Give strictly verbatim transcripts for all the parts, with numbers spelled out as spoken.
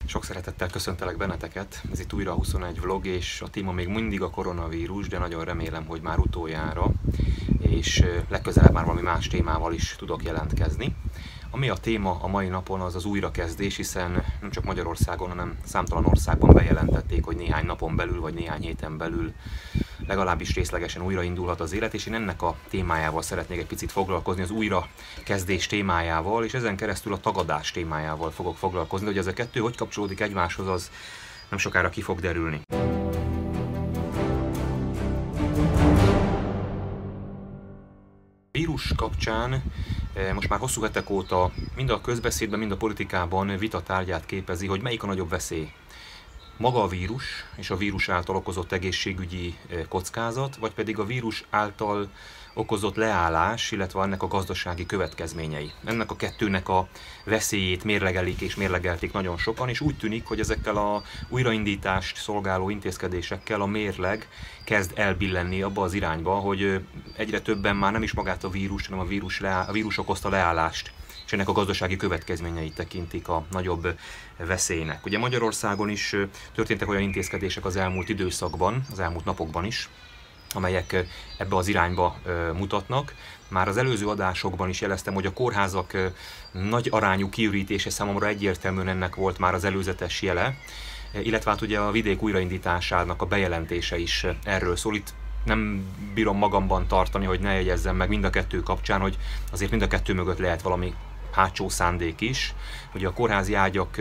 Sok szeretettel köszöntelek benneteket, ez itt újra a huszonegy vlog, és a téma még mindig a koronavírus, de nagyon remélem, hogy már utoljára, és legközelebb már valami más témával is tudok jelentkezni. Ami a téma a mai napon, az az újrakezdés, hiszen nem csak Magyarországon, hanem számtalan országban bejelentették, hogy néhány napon belül, vagy néhány héten belül legalábbis részlegesen újraindulhat az élet, és én ennek a témájával szeretnék egy picit foglalkozni, az újrakezdés témájával, és ezen keresztül a tagadás témájával fogok foglalkozni, hogy ez a kettő hogy kapcsolódik egymáshoz, az nem sokára ki fog derülni. A vírus kapcsán most már hosszú hetek óta mind a közbeszédben, mind a politikában vita tárgyát képezi, hogy melyik a nagyobb veszély. Maga a vírus és a vírus által okozott egészségügyi kockázat, vagy pedig a vírus által okozott leállás, illetve ennek a gazdasági következményei. Ennek a kettőnek a veszélyét mérlegelik és mérlegelték nagyon sokan, és úgy tűnik, hogy ezekkel a újraindítást szolgáló intézkedésekkel a mérleg kezd elbillenni abba az irányba, hogy egyre többen már nem is magát a vírust, hanem a vírus, leáll, a vírus okozta leállást és ennek a gazdasági következményeit tekintik a nagyobb veszélynek. Ugye Magyarországon is történtek olyan intézkedések az elmúlt időszakban, az elmúlt napokban is, amelyek ebbe az irányba mutatnak. Már az előző adásokban is jeleztem, hogy a kórházak nagy arányú kiürítése számomra egyértelműen ennek volt már az előzetes jele, illetve hát ugye a vidék újraindításának a bejelentése is erről szól. Itt nem bírom magamban tartani, hogy ne jegyezzem meg mind a kettő kapcsán, hogy azért mind a kettő mögött lehet valami hátsó szándék is. Ugye a kórházi ágyak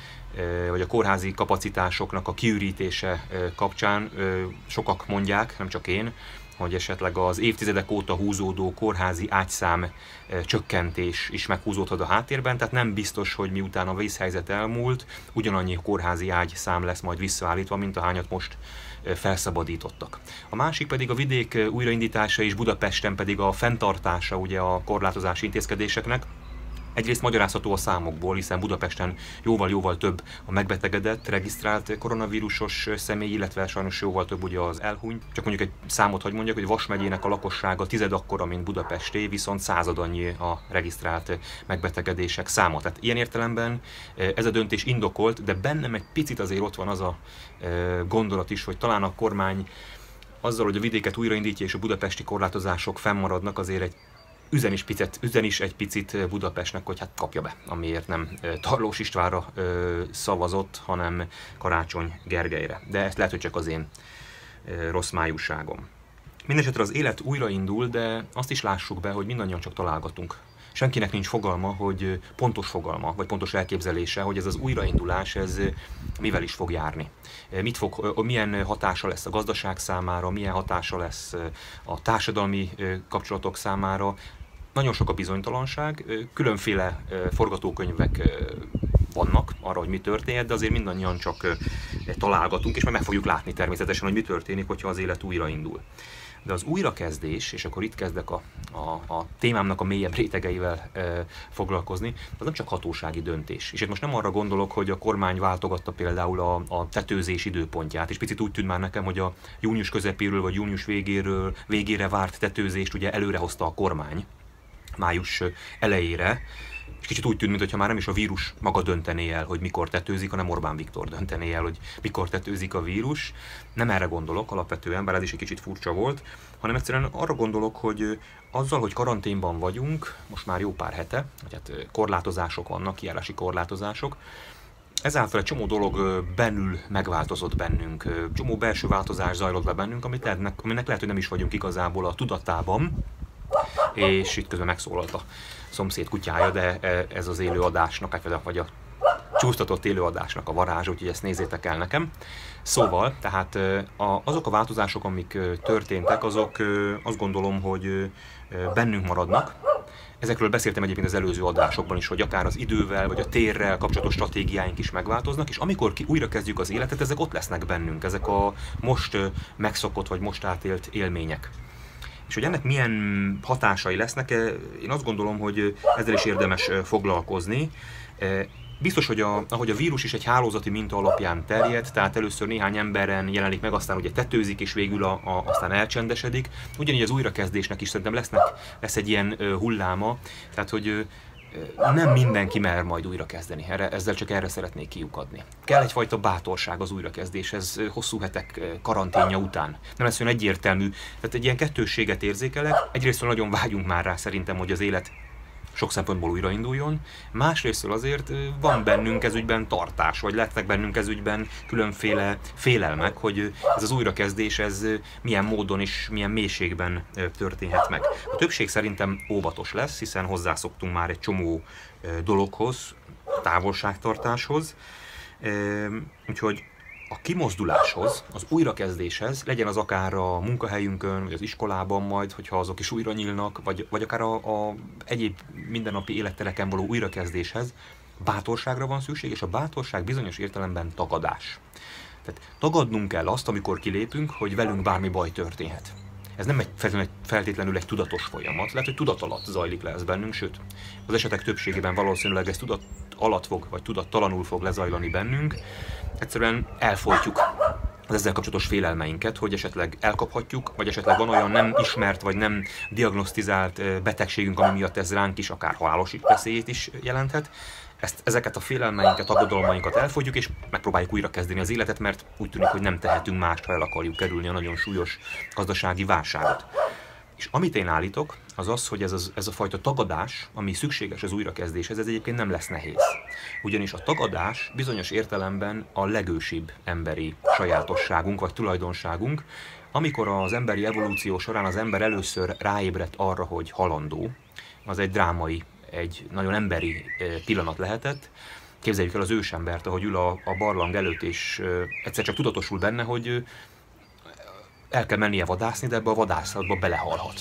vagy a kórházi kapacitásoknak a kiürítése kapcsán sokak mondják, nem csak én, hogy esetleg az évtizedek óta húzódó kórházi ágyszám csökkentés is meghúzódhat a háttérben, tehát nem biztos, hogy miután a vészhelyzet elmúlt, ugyanannyi kórházi ágyszám lesz majd visszaállítva, mint ahányat most felszabadítottak. A másik pedig a vidék újraindítása és Budapesten pedig a fenntartása ugye a korlátozási intézkedéseknek. Egyrészt magyarázható a számokból, hiszen Budapesten jóval-jóval több a megbetegedett, regisztrált koronavírusos személy, illetve sajnos jóval több ugye az elhunyt. Csak mondjuk egy számot hagy mondjak, hogy Vas megyének a lakossága tized akkora, mint Budapesté, viszont század annyi a regisztrált megbetegedések száma. Tehát ilyen értelemben ez a döntés indokolt, de bennem egy picit azért ott van az a gondolat is, hogy talán a kormány azzal, hogy a vidéket újraindítja és a budapesti korlátozások fennmaradnak, azért egy Üzen is, picit, üzen is egy picit Budapestnek, hogy hát kapja be, amiért nem Tarlós Istvánra ö, szavazott, hanem Karácsony Gergelyre. De ezt lehet, hogy csak az én ö, rossz májúságom. Mindenesetre az élet újraindul, de azt is lássuk be, hogy mindannyian csak találgatunk. Senkinek nincs fogalma, hogy pontos fogalma, vagy pontos elképzelése, hogy ez az újraindulás, ez mivel is fog járni. Mit fog, milyen hatása lesz a gazdaság számára, milyen hatása lesz a társadalmi kapcsolatok számára. Nagyon sok a bizonytalanság, különféle forgatókönyvek vannak arra, hogy mi történhet, de azért mindannyian csak találgatunk, és majd meg fogjuk látni természetesen, hogy mi történik, hogyha az élet újraindul. De az újrakezdés, és akkor itt kezdek a, a, a témámnak a mélyebb rétegeivel e, foglalkozni, az nem csak hatósági döntés. És itt most nem arra gondolok, hogy a kormány váltogatta például a, a tetőzés időpontját, és picit úgy tűnt már nekem, hogy a június közepéről vagy június végéről, végére várt tetőzést ugye előrehozta a kormány május elejére, és kicsit úgy tűnt, mintha már nem is a vírus maga döntené el, hogy mikor tetőzik, hanem Orbán Viktor döntené el, hogy mikor tetőzik a vírus. Nem erre gondolok alapvetően, bár ez is egy kicsit furcsa volt, hanem egyszerűen arra gondolok, hogy azzal, hogy karanténban vagyunk, most már jó pár hete, hogy hát korlátozások vannak, kijárási korlátozások, ezáltal egy csomó dolog bennül megváltozott bennünk, csomó belső változás zajlott le bennünk, amit lehetnek, aminek lehet, hogy nem is vagyunk igazából a tudatában, és itt közben megszólalt a szomszéd kutyája, de ez az élőadásnak, vagy a csúsztatott élőadásnak a varázs, úgyhogy ezt nézzétek el nekem. Szóval, tehát azok a változások, amik történtek, azok azt gondolom, hogy bennünk maradnak. Ezekről beszéltem egyébként az előző adásokban is, hogy akár az idővel, vagy a térrel kapcsolatos stratégiáink is megváltoznak, és amikor ki újra kezdjük az életet, ezek ott lesznek bennünk, ezek a most megszokott, vagy most átélt élmények. És hogy ennek milyen hatásai lesznek, én azt gondolom, hogy ezzel is érdemes foglalkozni. Biztos, hogy a, ahogy a vírus is egy hálózati minta alapján terjed, tehát először néhány emberen jelenik meg, aztán ugye tetőzik, és végül a, a, aztán elcsendesedik. Ugyanígy az újrakezdésnek is szerintem lesznek, lesz egy ilyen hulláma, tehát hogy nem mindenki mer majd újra kezdeni. Erre, ezzel csak erre szeretnék kiukadni. Kell egyfajta bátorság az újrakezdéshez hosszú hetek karanténja után. Nem lesz olyan egyértelmű. Tehát egy ilyen kettősséget érzékelek. Egyrészt nagyon vágyunk már rá szerintem, hogy az élet sok szempontból újrainduljon. Másrészt azért van bennünk ez ügyben tartás, vagy lettek bennünk ez ügyben különféle félelmek, hogy ez az újrakezdés ez milyen módon és milyen mélységben történhet meg. A többség szerintem óvatos lesz, hiszen hozzászoktunk már egy csomó dologhoz, távolságtartáshoz. Úgyhogy a kimozduláshoz, az újrakezdéshez, legyen az akár a munkahelyünkön, vagy az iskolában majd, hogyha azok is újra nyílnak, vagy, vagy akár a, a egyéb mindennapi élettereken való újrakezdéshez, bátorságra van szükség, és a bátorság bizonyos értelemben tagadás. Tehát tagadnunk kell azt, amikor kilépünk, hogy velünk bármi baj történhet. Ez nem egy, feltétlenül egy tudatos folyamat, lehet, hogy tudat alatt zajlik le ez bennünk, sőt, az esetek többségében valószínűleg ez tudat alatt fog, vagy tudattalanul fog lezajlani bennünk. Egyszerűen elfolytjuk az ezzel kapcsolatos félelmeinket, hogy esetleg elkaphatjuk, vagy esetleg van olyan nem ismert, vagy nem diagnosztizált betegségünk, ami miatt ez ránk is akár halálos veszélyét is jelenthet. Ezt, ezeket a félelmeinket, aggodalmainkat elfogyjuk, és megpróbáljuk újra kezdeni az életet, mert úgy tűnik, hogy nem tehetünk mást, ha el akarjuk kerülni a nagyon súlyos gazdasági válságot. És amit én állítok, az az, hogy ez, az, ez a fajta tagadás, ami szükséges az újrakezdéshez, ez egyébként nem lesz nehéz. Ugyanis a tagadás bizonyos értelemben a legősibb emberi sajátosságunk, vagy tulajdonságunk, amikor az emberi evolúció során az ember először ráébredt arra, hogy halandó, az egy drámai, egy nagyon emberi pillanat lehetett. Képzeljük el az ősembert, ahogy ül a, a barlang előtt, és egyszer csak tudatosul benne, hogy el kell mennie vadászni, de ebbe a vadászatba belehalhat.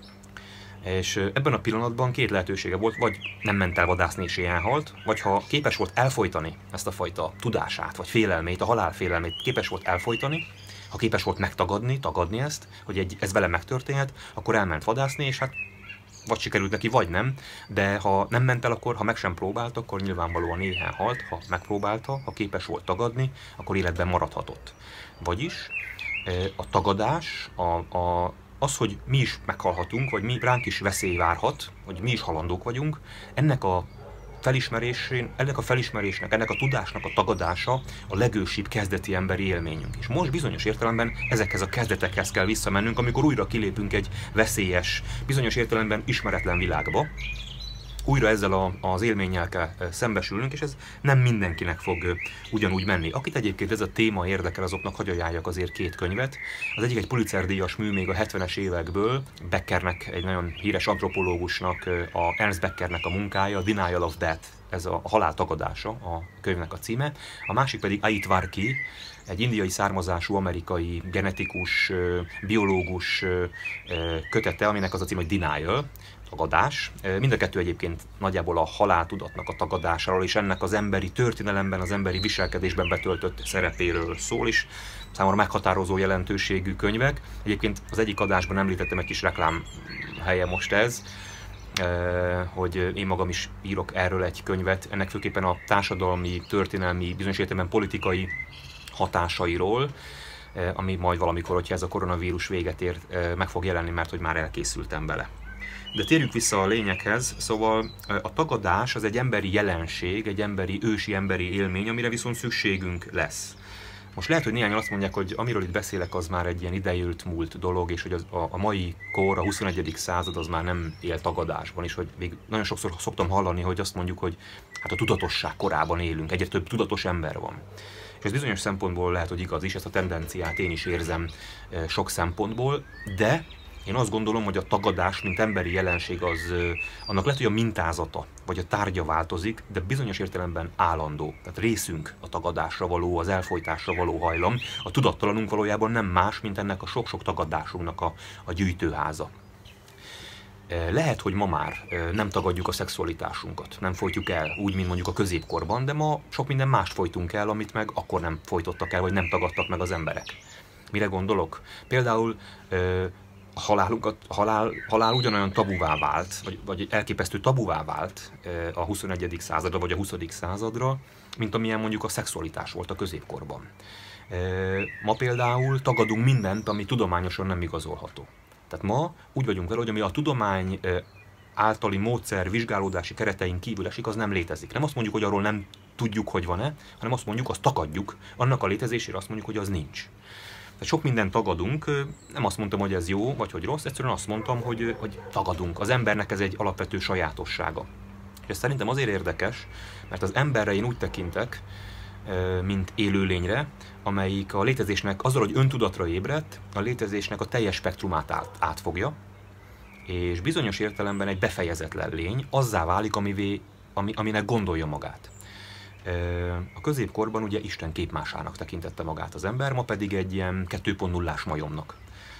És ebben a pillanatban két lehetősége volt, vagy nem ment el vadászni és elhalt, vagy ha képes volt elfojtani ezt a fajta tudását, vagy félelmét, a halál félelmét képes volt elfojtani, ha képes volt megtagadni, tagadni ezt, hogy egy, ez vele megtörténhet, akkor elment vadászni, és hát vagy sikerült neki, vagy nem, de ha nem ment el, akkor, ha meg sem próbált, akkor nyilvánvalóan éhen halt, ha megpróbálta, ha képes volt tagadni, akkor életben maradhatott. Vagyis a tagadás, a, a, az, hogy mi is meghalhatunk, vagy mi, ránk is veszély várhat, hogy mi is halandók vagyunk, ennek a felismerésén, ennek a felismerésnek, ennek a tudásnak a tagadása a legősibb kezdeti emberi élményünk. És most bizonyos értelemben ezekhez a kezdetekhez kell visszamennünk, amikor újra kilépünk egy veszélyes, bizonyos értelemben ismeretlen világba. Újra ezzel a, az élménnyel kell szembesülnünk, és ez nem mindenkinek fog ugyanúgy menni. Akit egyébként ez a téma érdekel, azoknak hagy ajánljak azért két könyvet. Az egyik egy Pulitzer-díjas mű még a hetvenes évekből, Beckernek, egy nagyon híres antropológusnak, a Ernst Beckernek a munkája, Denial of Death, ez a halál tagadása a könyvnek a címe. A másik pedig Ait Varki, egy indiai származású amerikai genetikus, biológus kötete, aminek az a cím, hogy Denial, tagadás. Mind a kettő egyébként nagyjából a haláltudatnak a tagadásáról és ennek az emberi történelemben, az emberi viselkedésben betöltött szerepéről szól is. Számomra meghatározó jelentőségű könyvek. Egyébként az egyik adásban említettem, egy kis reklám helye most ez, hogy én magam is írok erről egy könyvet, ennek főképpen a társadalmi, történelmi, bizonyos értelemben politikai hatásairól, ami majd valamikor, hogyha ez a koronavírus véget ér, meg fog jelenni, mert hogy már elkészültem bele. De térjünk vissza a lényeghez, szóval a tagadás az egy emberi jelenség, egy emberi, ősi emberi élmény, amire viszont szükségünk lesz. Most lehet, hogy néhányan azt mondják, hogy amiről itt beszélek, az már egy ilyen idejült múlt dolog, és hogy az, a, a mai kor, a huszonegyedik század az már nem él tagadásban, és hogy még nagyon sokszor szoktam hallani, hogy azt mondjuk, hogy hát a tudatosság korában élünk, egyre több tudatos ember van. És ez bizonyos szempontból lehet, hogy igaz is, ezt a tendenciát én is érzem sok szempontból, de én azt gondolom, hogy a tagadás, mint emberi jelenség, az, annak lehet, hogy a mintázata, vagy a tárgya változik, de bizonyos értelemben állandó. Tehát részünk a tagadásra való, az elfojtásra való hajlam. A tudattalanunk valójában nem más, mint ennek a sok-sok tagadásunknak a, a gyűjtőháza. Lehet, hogy ma már nem tagadjuk a szexualitásunkat, nem folytjuk el, úgy, mint mondjuk a középkorban, de ma sok minden mást folytunk el, amit meg akkor nem folytottak el, vagy nem tagadtak meg az emberek. Mire gondolok? Például a halálunkat, a halál, halál ugyanolyan tabuvá vált, vagy, vagy elképesztő tabuvá vált a huszonegyedik századra, vagy a huszadik századra, mint amilyen mondjuk a szexualitás volt a középkorban. Ma például tagadunk mindent, ami tudományosan nem igazolható. Tehát ma úgy vagyunk vele, hogy ami a tudomány általi módszer vizsgálódási keretein kívül esik, az nem létezik. Nem azt mondjuk, hogy arról nem tudjuk, hogy van-e, hanem azt mondjuk, azt tagadjuk, annak a létezésére azt mondjuk, hogy az nincs. Tehát sok mindent tagadunk, nem azt mondtam, hogy ez jó, vagy hogy rossz, egyszerűen azt mondtam, hogy, hogy tagadunk. Az embernek ez egy alapvető sajátossága. És ez szerintem azért érdekes, mert az emberre én úgy tekintek, mint élőlényre, amelyik a létezésnek azzal, hogy öntudatra ébredt, a létezésnek a teljes spektrumát át, átfogja, és bizonyos értelemben egy befejezetlen lény azzá válik, amivé, ami, aminek gondolja magát. A középkorban ugye Isten képmásának tekintette magát az ember, ma pedig egy ilyen kettő pont nullás majomnak.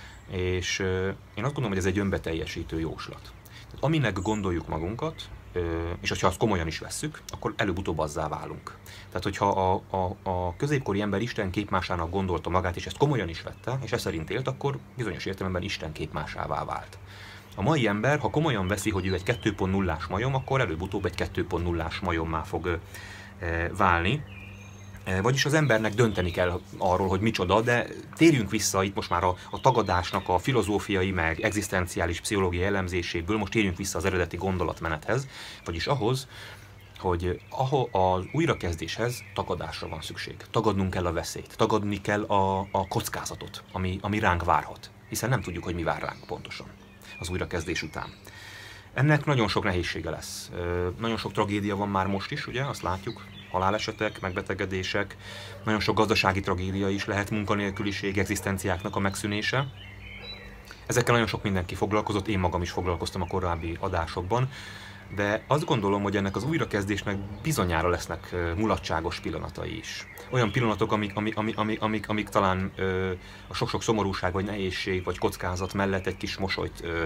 És én azt gondolom, hogy ez egy önbeteljesítő jóslat. Tehát aminek gondoljuk magunkat, és ha azt komolyan is vesszük, akkor előbb-utóbb azzá válunk. Tehát, hogyha a, a, a középkori ember Isten képmásának gondolta magát, és ezt komolyan is vette, és ez szerint élt, akkor bizonyos értelemben Isten képmásává vált. A mai ember, ha komolyan veszi, hogy ő egy kettő pont nullás majom, akkor előbb-utóbb egy kettő pont nullás majommá fog e, válni. E, vagyis az embernek dönteni kell arról, hogy micsoda, de térjünk vissza itt most már a, a tagadásnak a filozófiai, meg egzisztenciális pszichológiai elemzéséből, most térjünk vissza az eredeti gondolatmenethez, vagyis ahhoz, hogy ahol az újrakezdéshez tagadásra van szükség. Tagadnunk kell a veszélyt, tagadni kell a, a kockázatot, ami, ami ránk várhat, hiszen nem tudjuk, hogy mi vár ránk pontosan az újrakezdés után. Ennek nagyon sok nehézsége lesz. Nagyon sok tragédia van már most is, ugye, azt látjuk, halálesetek, megbetegedések, nagyon sok gazdasági tragédia is lehet, munkanélküliség, egzisztenciáknak a megszűnése. Ezekkel nagyon sok mindenki foglalkozott, én magam is foglalkoztam a korábbi adásokban, de azt gondolom, hogy ennek az újrakezdésnek bizonyára lesznek mulatságos pillanatai is. Olyan pillanatok, amik, amik, amik, amik, amik, amik talán ö, a sok-sok szomorúság, vagy nehézség, vagy kockázat mellett egy kis mosolyt ö,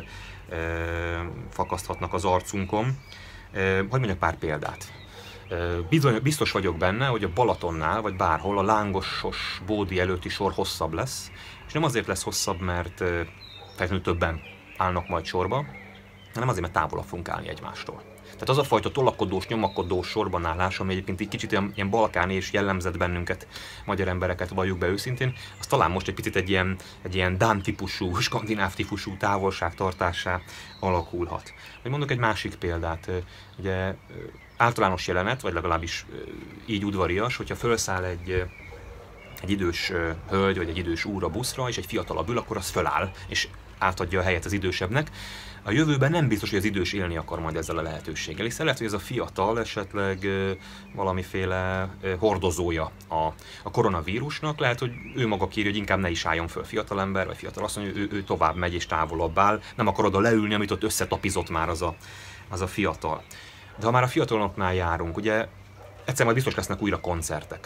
ö, fakaszthatnak az arcunkon. Ö, hogy mondjak pár példát. Ö, bizony, biztos vagyok benne, hogy a Balatonnál, vagy bárhol a lángosos bódi előtti sor hosszabb lesz, és nem azért lesz hosszabb, mert feltétlenül többen állnak majd sorba, hanem azért, mert távolabb fogunk állni egymástól. Tehát az a fajta tolakodós, nyomakodós sorban állás, ami egyébként egy kicsit ilyen, ilyen balkáni és jellemzett bennünket, magyar embereket, valljuk be őszintén, az talán most egy picit egy ilyen, egy ilyen dán típusú, skandináv típusú távolságtartásá alakulhat. Vagy mondok egy másik példát, ugye általános jelenet, vagy legalábbis így udvarias, hogyha felszáll egy, egy idős hölgy, vagy egy idős úr a buszra, és egy fiatalabb ül, akkor az föláll, és átadja a helyet az idősebbnek. A jövőben nem biztos, hogy az idős élni akar majd ezzel a lehetőséggel, hiszen lehet, hogy ez a fiatal esetleg valamiféle hordozója a, a koronavírusnak, lehet, hogy ő maga kéri, hogy inkább ne is álljon föl fiatalember, vagy fiatal azt mondja, hogy ő, ő tovább megy és távolabb áll, nem akar oda leülni, amit ott összetapizott már az a, az a fiatal. De ha már a fiataloknál járunk, ugye egyszer majd biztos lesznek újra koncertek.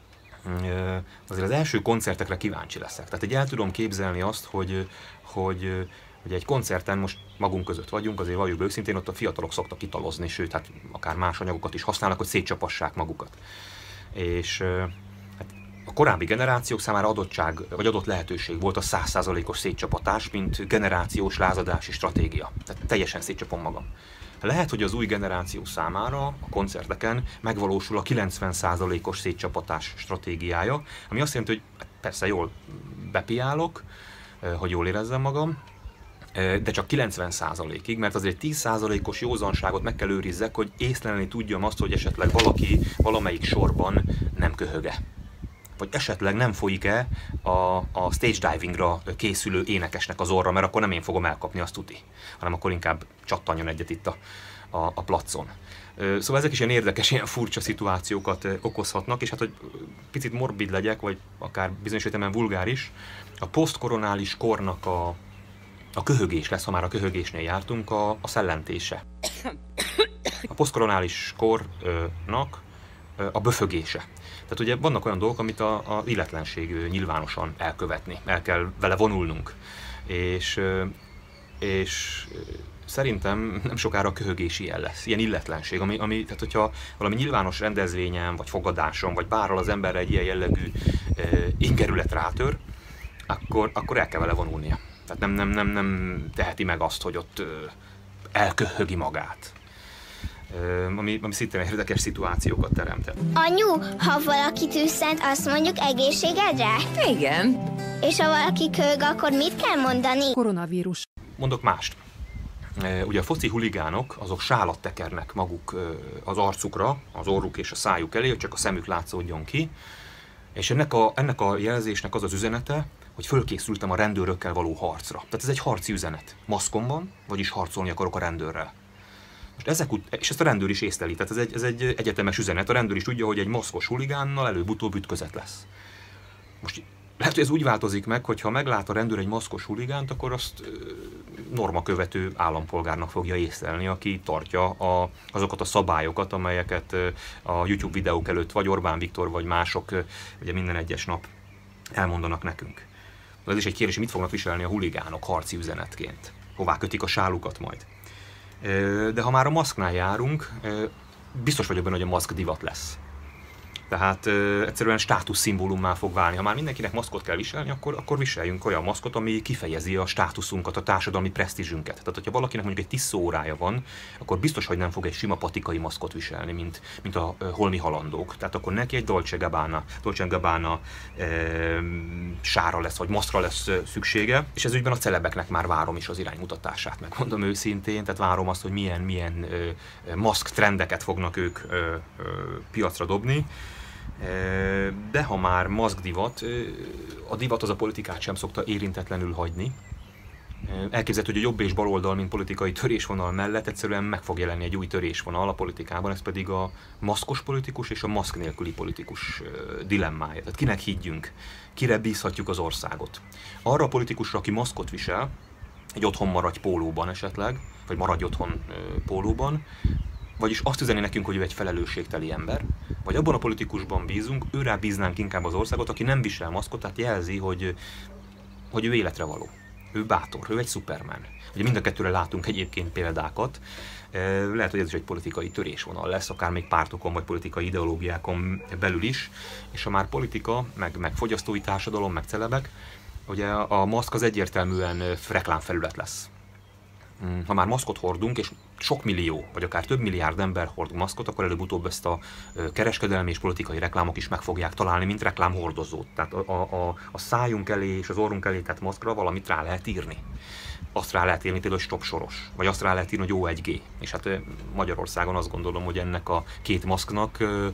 Azért az első koncertekre kíváncsi leszek. Tehát így el tudom képzelni azt, hogy, hogy Ugye egy koncerten most magunk között vagyunk, azért valljuk be őszintén, ott a fiatalok szoktak italozni, sőt, hát akár más anyagokat is használnak, hogy szétcsapassák magukat. És hát a korábbi generációk számára adottság, vagy adott lehetőség volt a száz százalékos szétcsapatás, mint generációs lázadási stratégia. Tehát teljesen szétcsapom magam. Lehet, hogy az új generáció számára a koncerteken megvalósul a kilencven százalékos szétcsapatás stratégiája, ami azt jelenti, hogy persze jól bepiálok, hogy jól érezzem magam, de csak kilencven százalékig, mert azért tíz százalékos józanságot meg kell őrizzek, hogy észlelni tudjam azt, hogy esetleg valaki valamelyik sorban nem köhöge. Vagy esetleg nem folyik-e a, a stage divingra készülő énekesnek az orra, mert akkor nem én fogom elkapni, azt tuti, hanem akkor inkább csattanjon egyet itt a, a, a placon. Szóval ezek is ilyen érdekes, ilyen furcsa szituációkat okozhatnak, és hát, hogy picit morbid legyek, vagy akár bizonyos értelemben vulgáris, a posztkoronális kornak a A köhögés lesz, ha már a köhögésnél jártunk, a, a szellentése. A posztkoronális kornak a böfögése. Tehát ugye vannak olyan dolgok, amit a, a illetlenség nyilvánosan elkövetni, el kell vele vonulnunk. És, és szerintem nem sokára köhögési jel lesz, ilyen illetlenség, ami, ami, tehát hogyha valami nyilvános rendezvényen, vagy fogadáson, vagy bárhol az emberre egy ilyen jellegű e, ingerület rátör, akkor, akkor el kell vele vonulnia. Tehát nem, nem, nem, nem teheti meg azt, hogy ott ö, elköhögi magát. Ö, ami, ami szintén érdekes szituációkat teremtett. Anyu, ha valaki tüsszent, azt mondjuk egészségedre? Igen. És ha valaki köhög, akkor mit kell mondani? Koronavírus. Mondok mást. Ugye a foci huligánok, azok sálat tekernek maguk az arcukra, az orruk és a szájuk elé, hogy csak a szemük látszódjon ki. És ennek a, ennek a jelzésnek az az üzenete, hogy fölkészültem a rendőrökkel való harcra. Tehát ez egy harci üzenet. Maszkom van, vagyis harcolni akarok a rendőrrel. Most ezek ut- és ezt a rendőr is észleli, tehát ez egy, ez egy egyetemes üzenet. A rendőr is tudja, hogy egy maszkos huligánnal előbb-utóbb ütközet lesz. Most lehet, hogy ez úgy változik meg, hogy ha meglát a rendőr egy maszkos huligánt, akkor azt normakövető állampolgárnak fogja észlelni, aki tartja a, azokat a szabályokat, amelyeket a YouTube videók előtt vagy Orbán Viktor, vagy mások ugye minden egyes nap elmondanak nekünk. Ez is egy kérdés, hogy mit fognak viselni a huligánok harci üzenetként. Hová kötik a sálukat majd. De ha már a maszknál járunk, biztos vagyok benne, hogy a maszk divat lesz. Tehát ö, egyszerűen státuszszimbólummá fog válni. Ha már mindenkinek maszkot kell viselni, akkor, akkor viseljünk olyan maszkot, ami kifejezi a státuszunkat, a társadalmi presztízsünket. Tehát, hogyha valakinek mondjuk egy tisztóórája van, akkor biztos, hogy nem fog egy sima patikai maszkot viselni, mint, mint a ö, holmi halandók. Tehát akkor neki egy Dolce Gabbana, Dolce Gabbana ö, sára lesz, vagy maszkra lesz ö, szüksége. És ez ügyben a celebeknek már várom is az iránymutatását, megmondom őszintén. Tehát várom azt, hogy milyen, milyen ö, maszk trendeket fognak ők ö, ö, piacra dobni. De ha már maszk divat, a divat az a politikát sem szokta érintetlenül hagyni. Elképzelhető, hogy a jobb és baloldal, mint politikai törésvonal mellett egyszerűen meg fog jelenni egy új törésvonal a politikában, ez pedig a maszkos politikus és a maszk nélküli politikus dilemmája. Tehát kinek higgyünk, kire bízhatjuk az országot. Arra a politikusra, aki maszkot visel, egy otthon maradj pólóban esetleg, vagy maradj otthon pólóban, vagyis azt üzeni nekünk, hogy ő egy felelősségteli ember, vagy abban a politikusban bízunk, őrá bíznánk inkább az országot, aki nem visel maszkot, tehát jelzi, hogy, hogy ő életre való. Ő bátor, ő egy szuperman. Ugye mind a kettőre látunk egyébként példákat. Lehet, hogy ez is egy politikai törésvonal lesz, akár még pártokon vagy politikai ideológiákon belül is. És ha már politika, meg, meg fogyasztói társadalom, meg celebek, ugye a maszk az egyértelműen reklámfelület lesz. Ha már maszkot hordunk, és sok millió, vagy akár több milliárd ember hord maszkot, akkor előbb-utóbb ezt a kereskedelmi és politikai reklámok is meg fogják találni, mint reklámhordozót. Tehát a, a, a szájunk elé és az orrunk elé tett maszkra valamit rá lehet írni. Azt rá lehet írni például stop soros, vagy azt rá lehet írni, hogy O egy G. És hát Magyarországon azt gondolom, hogy ennek a két maszknak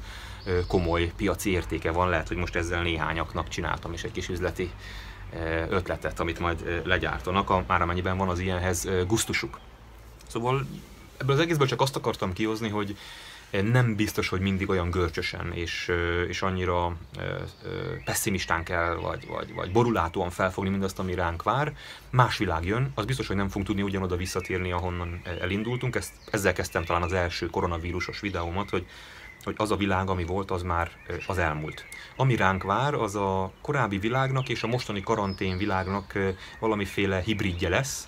komoly piaci értéke van. Lehet, hogy most ezzel néhányaknak csináltam is egy kis üzleti ötletet, amit majd legyártanak, már amennyiben van az ilyenhez gusztusuk. Szóval ebből az egészből csak azt akartam kihozni, hogy nem biztos, hogy mindig olyan görcsösen és, és annyira pessimistán kell, vagy, vagy, vagy borulátóan felfogni mindazt, ami ránk vár. Más világ jön, az biztos, hogy nem fogunk tudni ugyanoda visszatérni, ahonnan elindultunk. Ezt, ezzel kezdtem talán az első koronavírusos videómat, hogy hogy az a világ, ami volt, az már az elmúlt. Ami ránk vár, az a korábbi világnak és a mostani karantén világnak valamiféle hibridje lesz,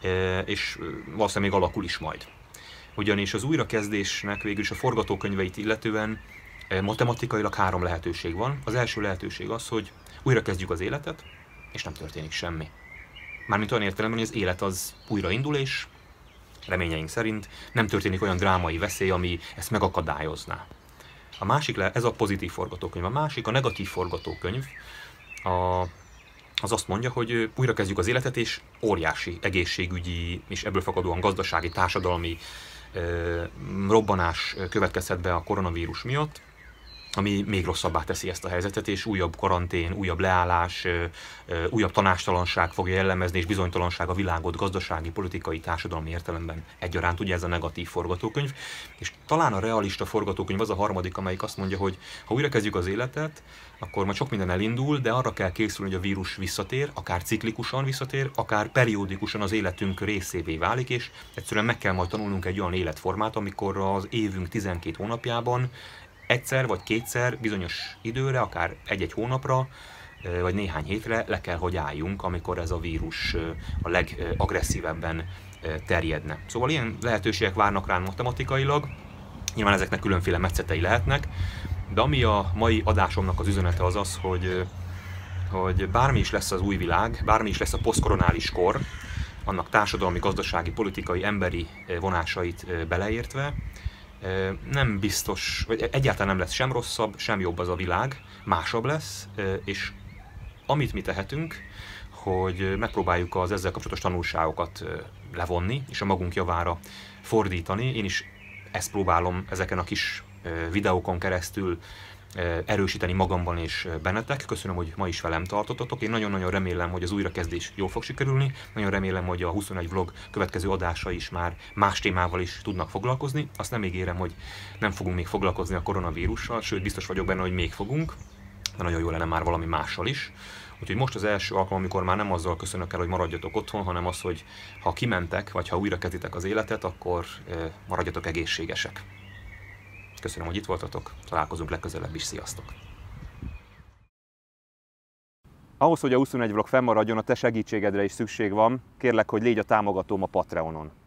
és valószínűleg még alakul is majd. Ugyanis az újrakezdésnek végül is a forgatókönyveit illetően matematikailag három lehetőség van. Az első lehetőség az, hogy újrakezdjük az életet, és nem történik semmi. Mármint olyan értelemben, hogy az élet az újraindul, és reményeink szerint nem történik olyan drámai veszély, ami ezt megakadályozná. A másik, ez a pozitív forgatókönyv. A másik, a negatív forgatókönyv, a, az azt mondja, hogy újra kezdjük az életet, és óriási egészségügyi és ebből fakadóan gazdasági, társadalmi ö, robbanás következhet be a koronavírus miatt, ami még rosszabbá teszi ezt a helyzetet, és újabb karantén, újabb leállás, újabb tanácstalanság fogja jellemezni, és bizonytalanság a világot gazdasági, politikai, társadalmi értelemben egyaránt, ugye ez a negatív forgatókönyv. És talán a realista forgatókönyv az a harmadik, amelyik azt mondja, hogy ha újra kezdjük az életet, akkor majd sok minden elindul, de arra kell készülni, hogy a vírus visszatér, akár ciklikusan visszatér, akár periódikusan az életünk részévé válik, és egyszerűen meg kell majd tanulnunk egy olyan életformát, amikor az évünk tizenkét hónapjában egyszer vagy kétszer bizonyos időre, akár egy-egy hónapra, vagy néhány hétre le kell, hogy álljunk, amikor ez a vírus a legagresszívebben terjedne. Szóval ilyen lehetőségek várnak ránk matematikailag, nyilván ezeknek különféle metszetei lehetnek, de ami a mai adásomnak az üzenete az az, hogy, hogy bármi is lesz az új világ, bármi is lesz a posztkoronális kor, annak társadalmi, gazdasági, politikai, emberi vonásait beleértve, nem biztos, vagy egyáltalán nem lesz sem rosszabb, sem jobb az a világ, másabb lesz, és amit mi tehetünk, hogy megpróbáljuk az ezzel kapcsolatos tanulságokat levonni, és a magunk javára fordítani. Én is ezt próbálom ezeken a kis videókon keresztül erősíteni magamban és bennetek. Köszönöm, hogy ma is velem tartottatok. Én nagyon-nagyon remélem, hogy az újrakezdés jól fog sikerülni. Nagyon remélem, hogy a huszonegy vlog következő adása is már más témával is tudnak foglalkozni. Azt nem ígérem, hogy nem fogunk még foglalkozni a koronavírussal, sőt biztos vagyok benne, hogy még fogunk, de nagyon jó lenne már valami mással is. Úgyhogy most az első alkalom, amikor már nem azzal köszönök el, hogy maradjatok otthon, hanem az, hogy ha kimentek, vagy ha újra kezditek az életet, akkor maradjatok egészségesek. Köszönöm, hogy itt voltatok, találkozunk legközelebb is, sziasztok! Ahhoz, hogy a huszonegy vlog fennmaradjon, a te segítségedre is szükség van. Kérlek, hogy légy a támogatóm a Patreonon.